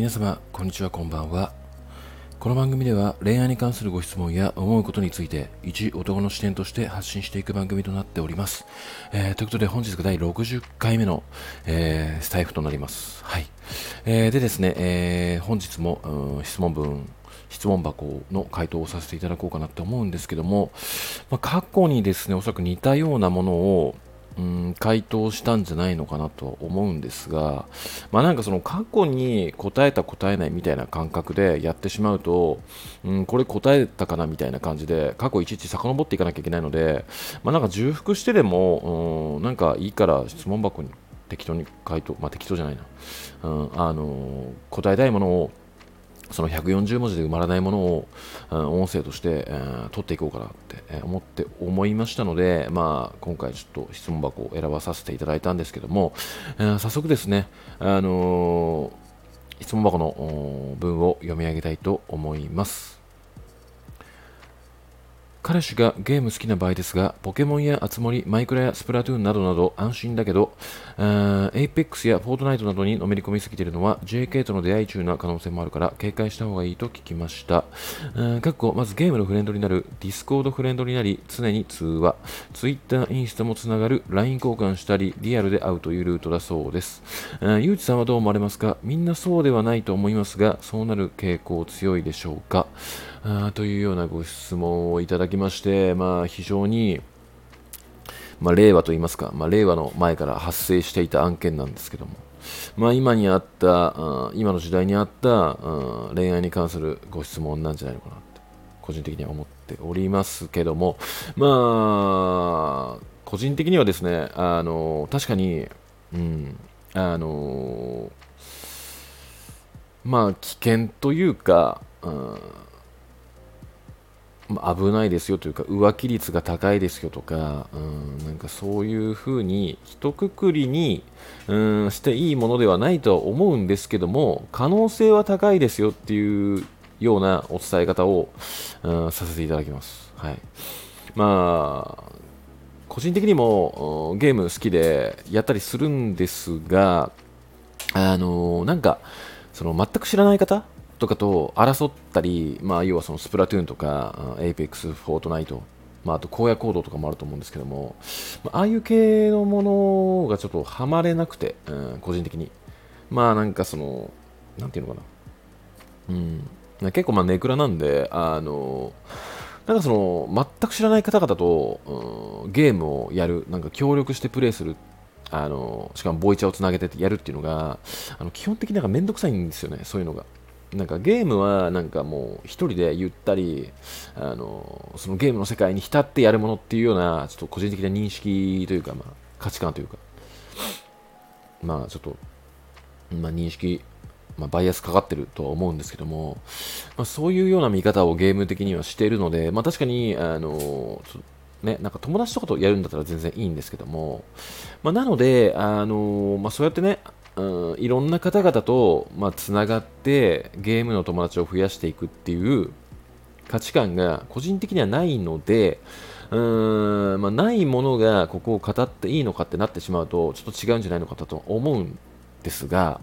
皆様、こんにちは、こんばんは。この番組では恋愛に関するご質問や思うことについて一男の視点として発信していく番組となっております。ということで本日が第60回目の、スタイフとなります。はい。でですね、本日も質問箱の回答をさせていただこうかなと思うんですけども、過去にですね、おそらく似たようなものを回答したんじゃないのかなと思うんですが、なんかその過去に答えた答えないみたいな感覚でやってしまうと、これ答えたかなみたいな感じで過去いちいち遡っていかなきゃいけないので、なんか重複してでも、なんかいいから質問箱に適当に回答、適当じゃないな、答えたいものをその140文字で埋まらないものを、音声として、取っていこうかなって思いましたので、今回ちょっと質問箱を選ばさせていただいたんですけども、早速ですね、質問箱の文を読み上げたいと思います。彼氏がゲーム好きな場合ですが、ポケモンやアツモリ、マイクラやスプラトゥーンなどなど安心だけど、エイペックスやフォートナイトなどにのめり込みすぎているのは JK との出会い中な可能性もあるから警戒した方がいいと聞きました。まずゲームのフレンドになる、ディスコードフレンドになり、常に通話、Twitter、インスタもつながる、LINE 交換したり、リアルで会うというルートだそうです。ゆうちさんはどう思われますか？みんなそうではないと思いますが、そうなる傾向強いでしょうか？というようなご質問をいただきまして、非常に、令和といいますか、令和の前から発生していた案件なんですけども、今にあった、今の時代にあった、恋愛に関するご質問なんじゃないのかなって、個人的には思っておりますけども、個人的にはですね、確かに、うん、あの危険というか、危ないですよというか浮気率が高いですよとか、なんかそういうふうに一括りにしていいものではないとは思うんですけども、可能性は高いですよっていうようなお伝え方を、させていただきます。はい。個人的にもゲーム好きでやったりするんですが、なんかその全く知らない方とかと争ったり、要はそのスプラトゥーンとか、エイペックス、フォートナイト、あと荒野行動とかもあると思うんですけども、ああいう系のものがちょっとハマれなくて、個人的に。なんかその、なんていうのかな。結構ネクラなんで、なんかその、全く知らない方々と、ゲームをやる、なんか協力してプレイする、しかもボイチャをつなげてやるっていうのが、基本的になんかめんどくさいんですよね、そういうのが。なんかゲームはなんかもう一人でゆったり、そのゲームの世界に浸ってやるものっていうような、ちょっと個人的な認識というか、価値観というか、ちょっと、認識、バイアスかかってるとは思うんですけども、そういうような見方をゲーム的にはしているので、確かに、なんか友達とかとやるんだったら全然いいんですけども、なので、そうやってね、いろんな方々と、つながってゲームの友達を増やしていくっていう価値観が個人的にはないので、ないものがここを語っていいのかってなってしまうとちょっと違うんじゃないのかと思うんですが、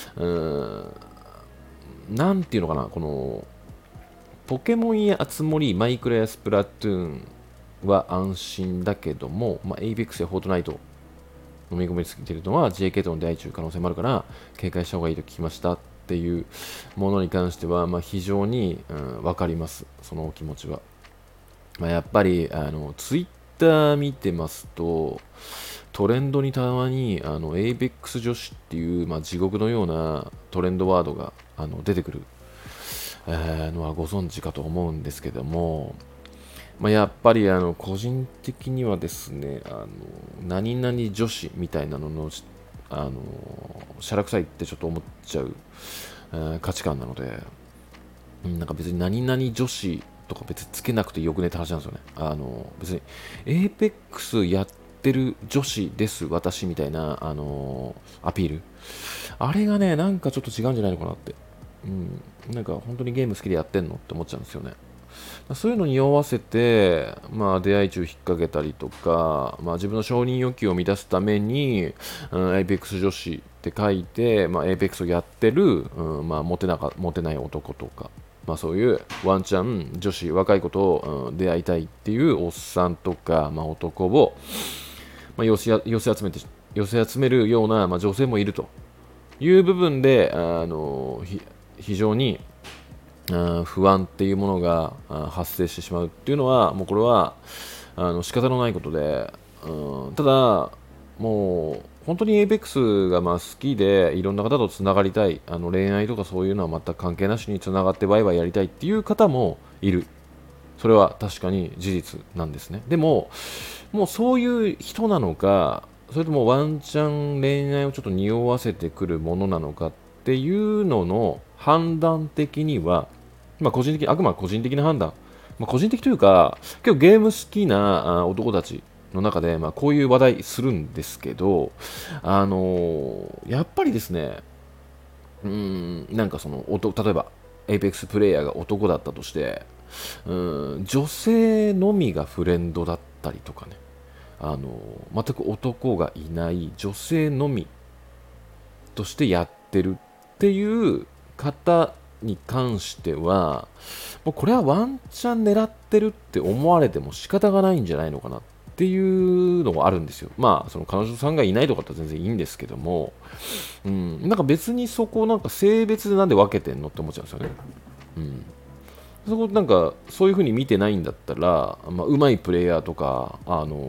なんていうのかな、このポケモンやアツモリ、マイクラやスプラトゥーンは安心だけども、エイベックスやフォートナイト飲み込みすぎているのは JK との出会い中可能性もあるから警戒した方がいいと聞きましたっていうものに関しては、非常に、分かります、そのお気持ちは。やっぱりツイッター見てますとトレンドにたまにエイベックス女子っていう、地獄のようなトレンドワードが出てくる、のはご存知かと思うんですけども、やっぱり個人的にはですね、何々女子みたいなのの、あのしゃらくさいってちょっと思っちゃう、価値観なので、なんか別に何々女子とか別につけなくてよくねって話なんですよね。別にエーペックスやってる女子です私みたいな、アピール、あれがねなんかちょっと違うんじゃないのかなって、なんか本当にゲーム好きでやってんのって思っちゃうんですよね。 そういうのに匂わせて、出会い中引っ掛けたりとか、自分の承認欲求を満たすために、エイペックス女子って書いて、エイペックスをやってる、モテない男とか、そういうワンチャン女子、若い子と、出会いたいっていうおっさんとか、男を、寄せ集めるような、女性もいるという部分で、非常に不安っていうものが発生してしまうっていうのは、もうこれは仕方のないことで、ただ、もう本当に APEX が好きでいろんな方とつながりたい、恋愛とかそういうのは全く関係なしにつながってワイワイやりたいっていう方もいる。それは確かに事実なんですね。でも、もうそういう人なのか、それともワンチャン恋愛をちょっと匂わせてくるものなのかっていうのの判断的には、個人的、あくまで個人的な判断、個人的というか、結構ゲーム好きな男たちの中で、こういう話題するんですけど、やっぱりですね、なんかその例えば、エイペックスプレイヤーが男だったとして、女性のみがフレンドだったりとかね、全く男がいない女性のみとしてやってるっていう方に関しては、もうこれはワンチャン狙ってるって思われても仕方がないんじゃないのかなっていうのがあるんですよ。その彼女さんがいないとかって全然いいんですけども、なんか別にそこなんか性別でなんで分けてんのって思っちゃうんですよね。そこなんかそういう風に見てないんだったら、上手いプレイヤーとか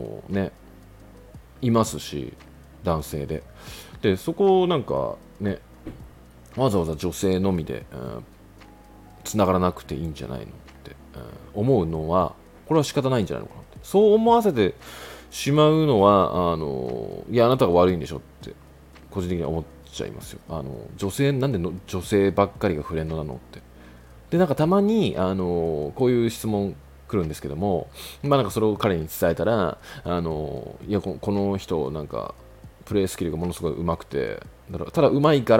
いますし、男性で。で、そこをなんかね、わざわざ女性のみで、繋がらなくていいんじゃないのって、思うのは、これは仕方ないんじゃないのかなって。そう思わせてしまうのは、いや、あなたが悪いんでしょって、個人的には思っちゃいますよ。なんでの女性ばっかりがフレンドなのって。で、なんかたまに、こういう質問来るんですけども、なんかそれを彼に伝えたら、いやこの人、なんか、プレイスキルがものすごい上手くて、ただ上手いから、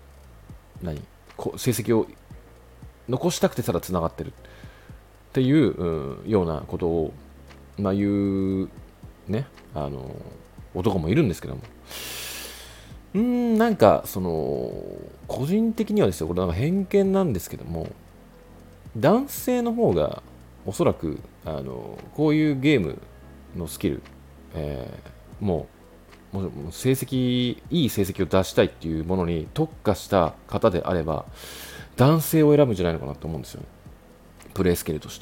成績を残したくてただ繋がってるっていう、ようなことを、言う、ね、男もいるんですけども、なんか、個人的にはですよ、これなんか偏見なんですけども、男性の方がおそらくこういうゲームのスキル、もういい成績を出したいっていうものに特化した方であれば、男性を選ぶんじゃないのかなと思うんですよね。プレイスキルとして。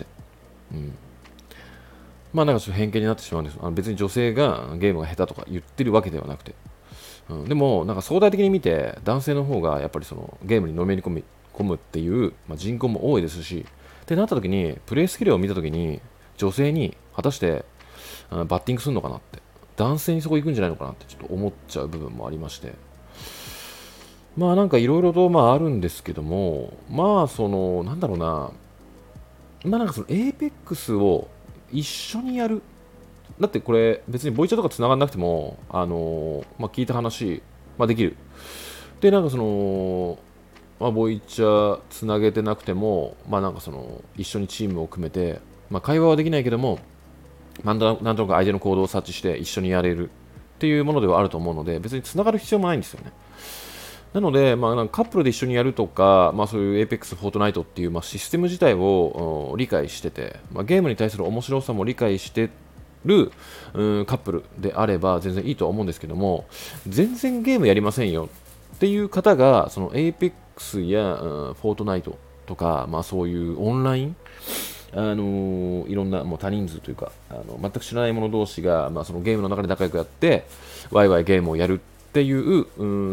なんかちょっと偏見になってしまうんです。別に女性がゲームが下手とか言ってるわけではなくて。でも、なんか相対的に見て、男性の方がやっぱりそのゲームにのめり込むっていう、人口も多いですし、ってなった時に、プレイスキルを見た時に、女性に果たしてバッティングするのかなって、男性にそこ行くんじゃないのかなってちょっと思っちゃう部分もありまして、なんかいろいろとあるんですけども、なんだろうな、なんかそのエイペックスを一緒にやる。だってこれ別にボイチャとか繋がんなくても、聞いた話、できる。で、なんかボイチャつなげてなくても、なんか一緒にチームを組めて、会話はできないけども、なんとなく相手の行動を察知して一緒にやれるっていうものではあると思うので、別に繋がる必要もないんですよね。なので、なんかカップルで一緒にやるとか、そういう Apex、Fortnite っていう、システム自体を理解してて、ゲームに対する面白さも理解してる、カップルであれば全然いいとは思うんですけども、全然ゲームやりませんよっていう方が、その Apex や、Fortnite とか、そういうオンライン、いろんなもう多人数というか、全く知らない者同士が、そのゲームの中で仲良くやって、ワイワイゲームをやるっていう、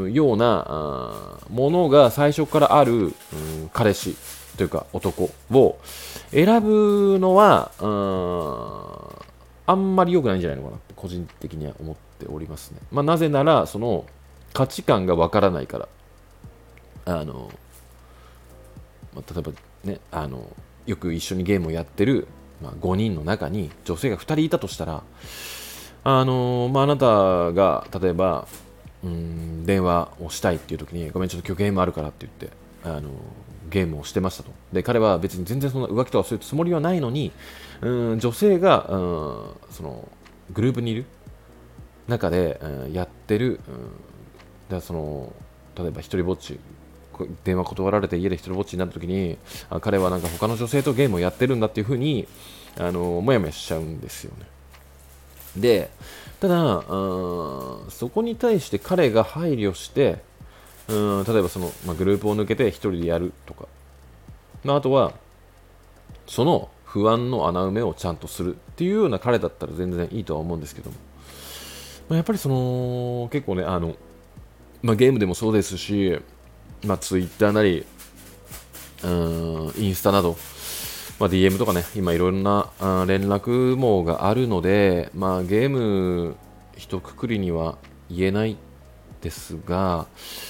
ようなものが最初からある、彼氏というか男を選ぶのは、あんまり良くないんじゃないのかなって個人的には思っておりますね。なぜなら、その価値観がわからないから。例えばね、よく一緒にゲームをやってる、5人の中に女性が2人いたとしたら、あなたが例えば電話をしたいっていう時に、ごめんちょっと今日ゲームあるからって言って、 ゲームをしてましたと。で彼は別に全然そんな浮気とかそういうつもりはないのに、女性が、そのグループにいる中で、やってる、だその例えば一人ぼっち電話断られて家で一人ぼっちになった時に、彼はなんか他の女性とゲームをやってるんだっていう風にもやもやしちゃうんですよね。でただそこに対して彼が配慮して、例えばその、グループを抜けて一人でやるとか、あとはその不安の穴埋めをちゃんとするっていうような彼だったら全然いいとは思うんですけども、やっぱりその結構ねゲームでもそうですし、ツイッターなりインスタなど、DM とかね、今いろんな連絡網があるので、ゲーム一括りには言えないですが、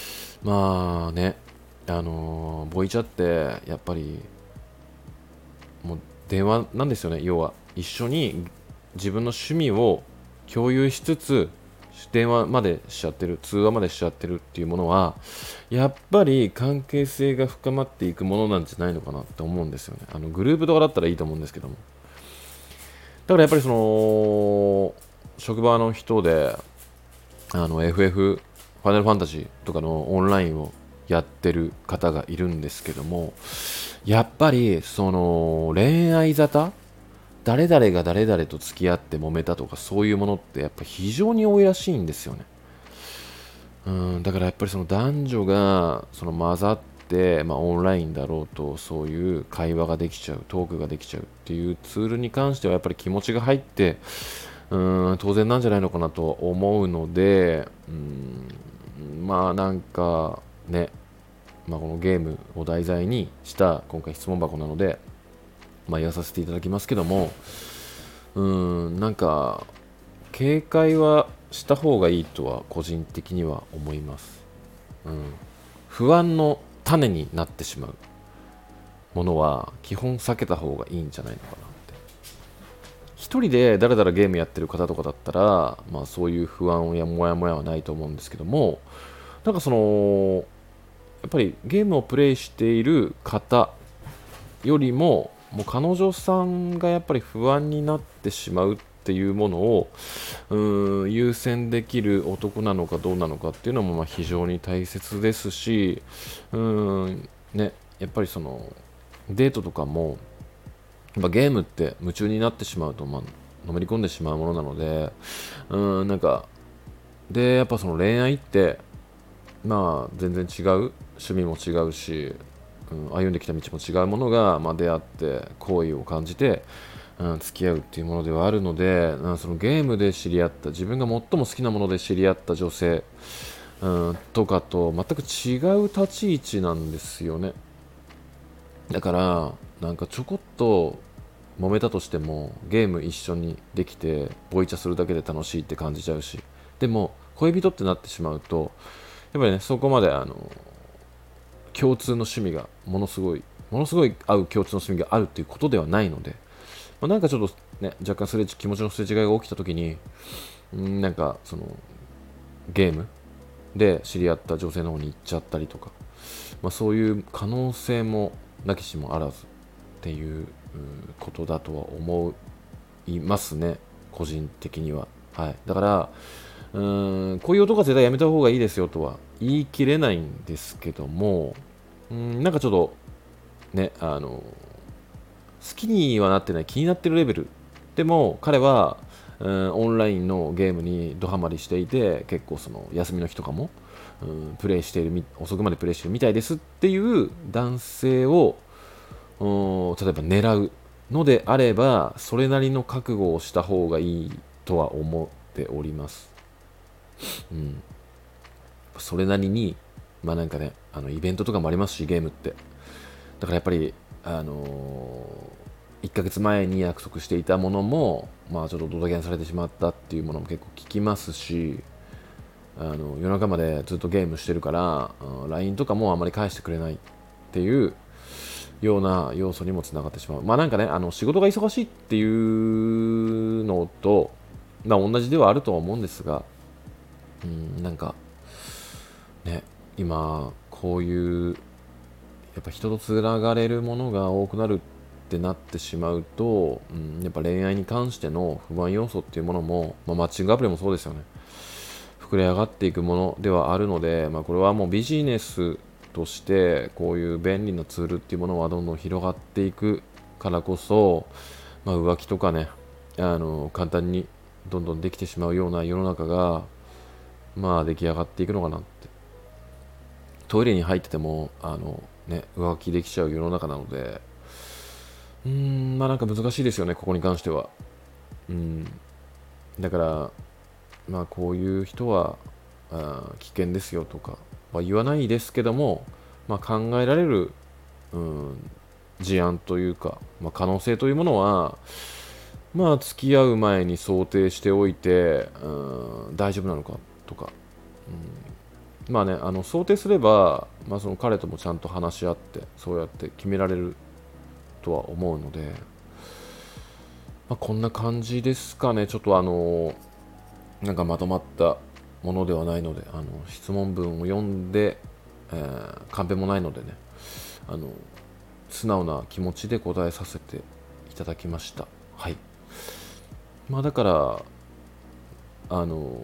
ボイチャってやっぱりもう電話なんですよね。要は一緒に自分の趣味を共有しつつ電話までしちゃってる、通話までしちゃってるっていうものは、やっぱり関係性が深まっていくものなんじゃないのかなって思うんですよね。グループとかだったらいいと思うんですけども。だからやっぱりその、職場の人で、FF、ファイナルファンタジーとかのオンラインをやってる方がいるんですけども、やっぱりその恋愛沙汰誰々が誰々と付き合って揉めたとかそういうものってやっぱ非常に多いらしいんですよね。だからやっぱりその男女がその混ざって、オンラインだろうとそういう会話ができちゃうトークができちゃうっていうツールに関してはやっぱり気持ちが入って当然なんじゃないのかなと思うので、なんかね、このゲームを題材にした今回質問箱なので、言わさせていただきますけども、なんか警戒はした方がいいとは個人的には思います。不安の種になってしまうものは基本避けた方がいいんじゃないのかなって。一人でだらだらゲームやってる方とかだったら、そういう不安やモヤモヤはないと思うんですけども、なんかそのやっぱりゲームをプレイしている方よりも、もう彼女さんがやっぱり不安になってしまうっていうものを優先できる男なのかどうなのかっていうのも非常に大切ですし、やっぱりそのデートとかもゲームって夢中になってしまうと、のめり込んでしまうものなので、やっぱその恋愛って全然違う趣味も違うし、歩んできた道も違うものが、出会って好意を感じて、付き合うっていうものではあるので、そのゲームで知り合った自分が最も好きなもので知り合った女性、とかと全く違う立ち位置なんですよね。だからなんかちょこっと揉めたとしてもゲーム一緒にできてボイチャするだけで楽しいって感じちゃうし、でも恋人ってなってしまうとやっぱりね、そこまで共通の趣味がものすごい合う共通の趣味があるっていうことではないので、なんかちょっとね、若干気持ちのすれ違いが起きた時に、なんかそのゲームで知り合った女性の方に行っちゃったりとか、そういう可能性もなきしもあらずっていうことだとは思いますね、個人的には。はい、だからこういう男は絶対やめた方がいいですよとは言い切れないんですけども、なんかちょっとね、好きにはなってない気になってるレベルでも彼はオンラインのゲームにドハマりしていて、結構その休みの日とかもプレイしている遅くまでプレイしているみたいですっていう男性を例えば狙うのであればそれなりの覚悟をした方がいいとは思っております。それなりになんかね、イベントとかもありますしゲームって、だからやっぱり1ヶ月前に約束していたものもちょっとドタキャンされてしまったっていうものも結構聞きますし、夜中までずっとゲームしてるから、LINE とかもあまり返してくれないっていうような要素にもつながってしまう。なんかね、仕事が忙しいっていうのと、同じではあるとは思うんですが、なんかね、今こういうやっぱ人とつながれるものが多くなるってなってしまうと、やっぱ恋愛に関しての不安要素っていうものも、マッチングアプリもそうですよね。膨れ上がっていくものではあるので、これはもうビジネスとしてこういう便利なツールっていうものはどんどん広がっていくからこそ、浮気とかね、簡単にどんどんできてしまうような世の中が、出来上がっていくのかなって。トイレに入ってても、浮気できちゃう世の中なので、なんか難しいですよね、ここに関しては。うん、だから、こういう人は危険ですよとかは言わないですけども、考えられる、うん、事案というか、可能性というものは、付き合う前に想定しておいて、大丈夫なのかとか、想定すれば、その彼ともちゃんと話し合って、そうやって決められるとは思うので、こんな感じですかね。ちょっとなんかまとまったものではないので、質問文を読んで、カンペもないのでね、あの素直な気持ちで答えさせていただきました。はい。だから、あの、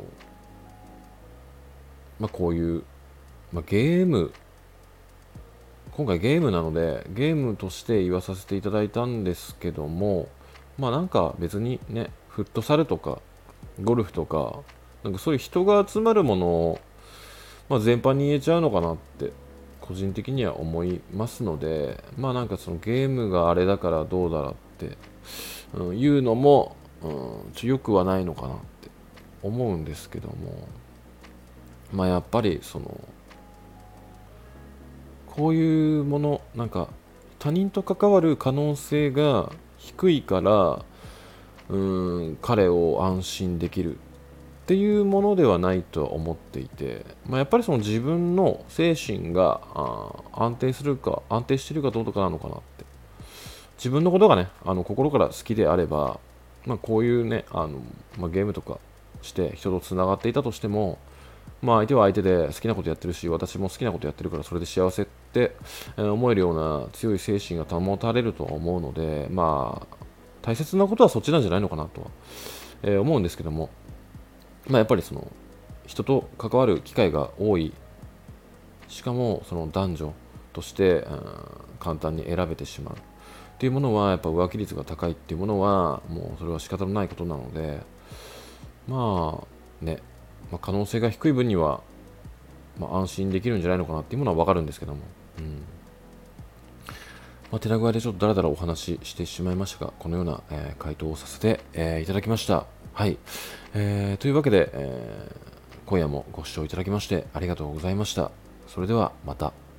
こういう、ゲーム、今回ゲームなので、ゲームとして言わさせていただいたんですけども、なんか別にね、フットサルとか、ゴルフとか、なんかそういう人が集まるものを、全般に言えちゃうのかなって個人的には思いますので、なんかそのゲームがあれだからどうだらって、いうのも、良くはないのかなって思うんですけども、やっぱりそのこういうもの、なんか他人と関わる可能性が低いから、彼を安心できるっていうものではないとは思っていて、やっぱりその自分の精神が安定するか安定しているかどうかなのかなって。自分のことがね、心から好きであれば、こういうね、ゲームとかして人とつながっていたとしても、相手は相手で好きなことやってるし、私も好きなことやってるからそれで幸せって、思えるような強い精神が保たれるとは思うので、大切なことはそっちなんじゃないのかなとは、思うんですけども、やっぱりその人と関わる機会が多い、しかもその男女として、簡単に選べてしまうっていうものは、やっぱ浮気率が高いっていうものはもうそれは仕方のないことなので、ね、可能性が低い分には、安心できるんじゃないのかなっていうものは分かるんですけども、手な具合でちょっとだらだらお話ししてしまいましたが、このような、回答をさせて、いただきました。はい。というわけで、今夜もご視聴いただきましてありがとうございました。それではまた。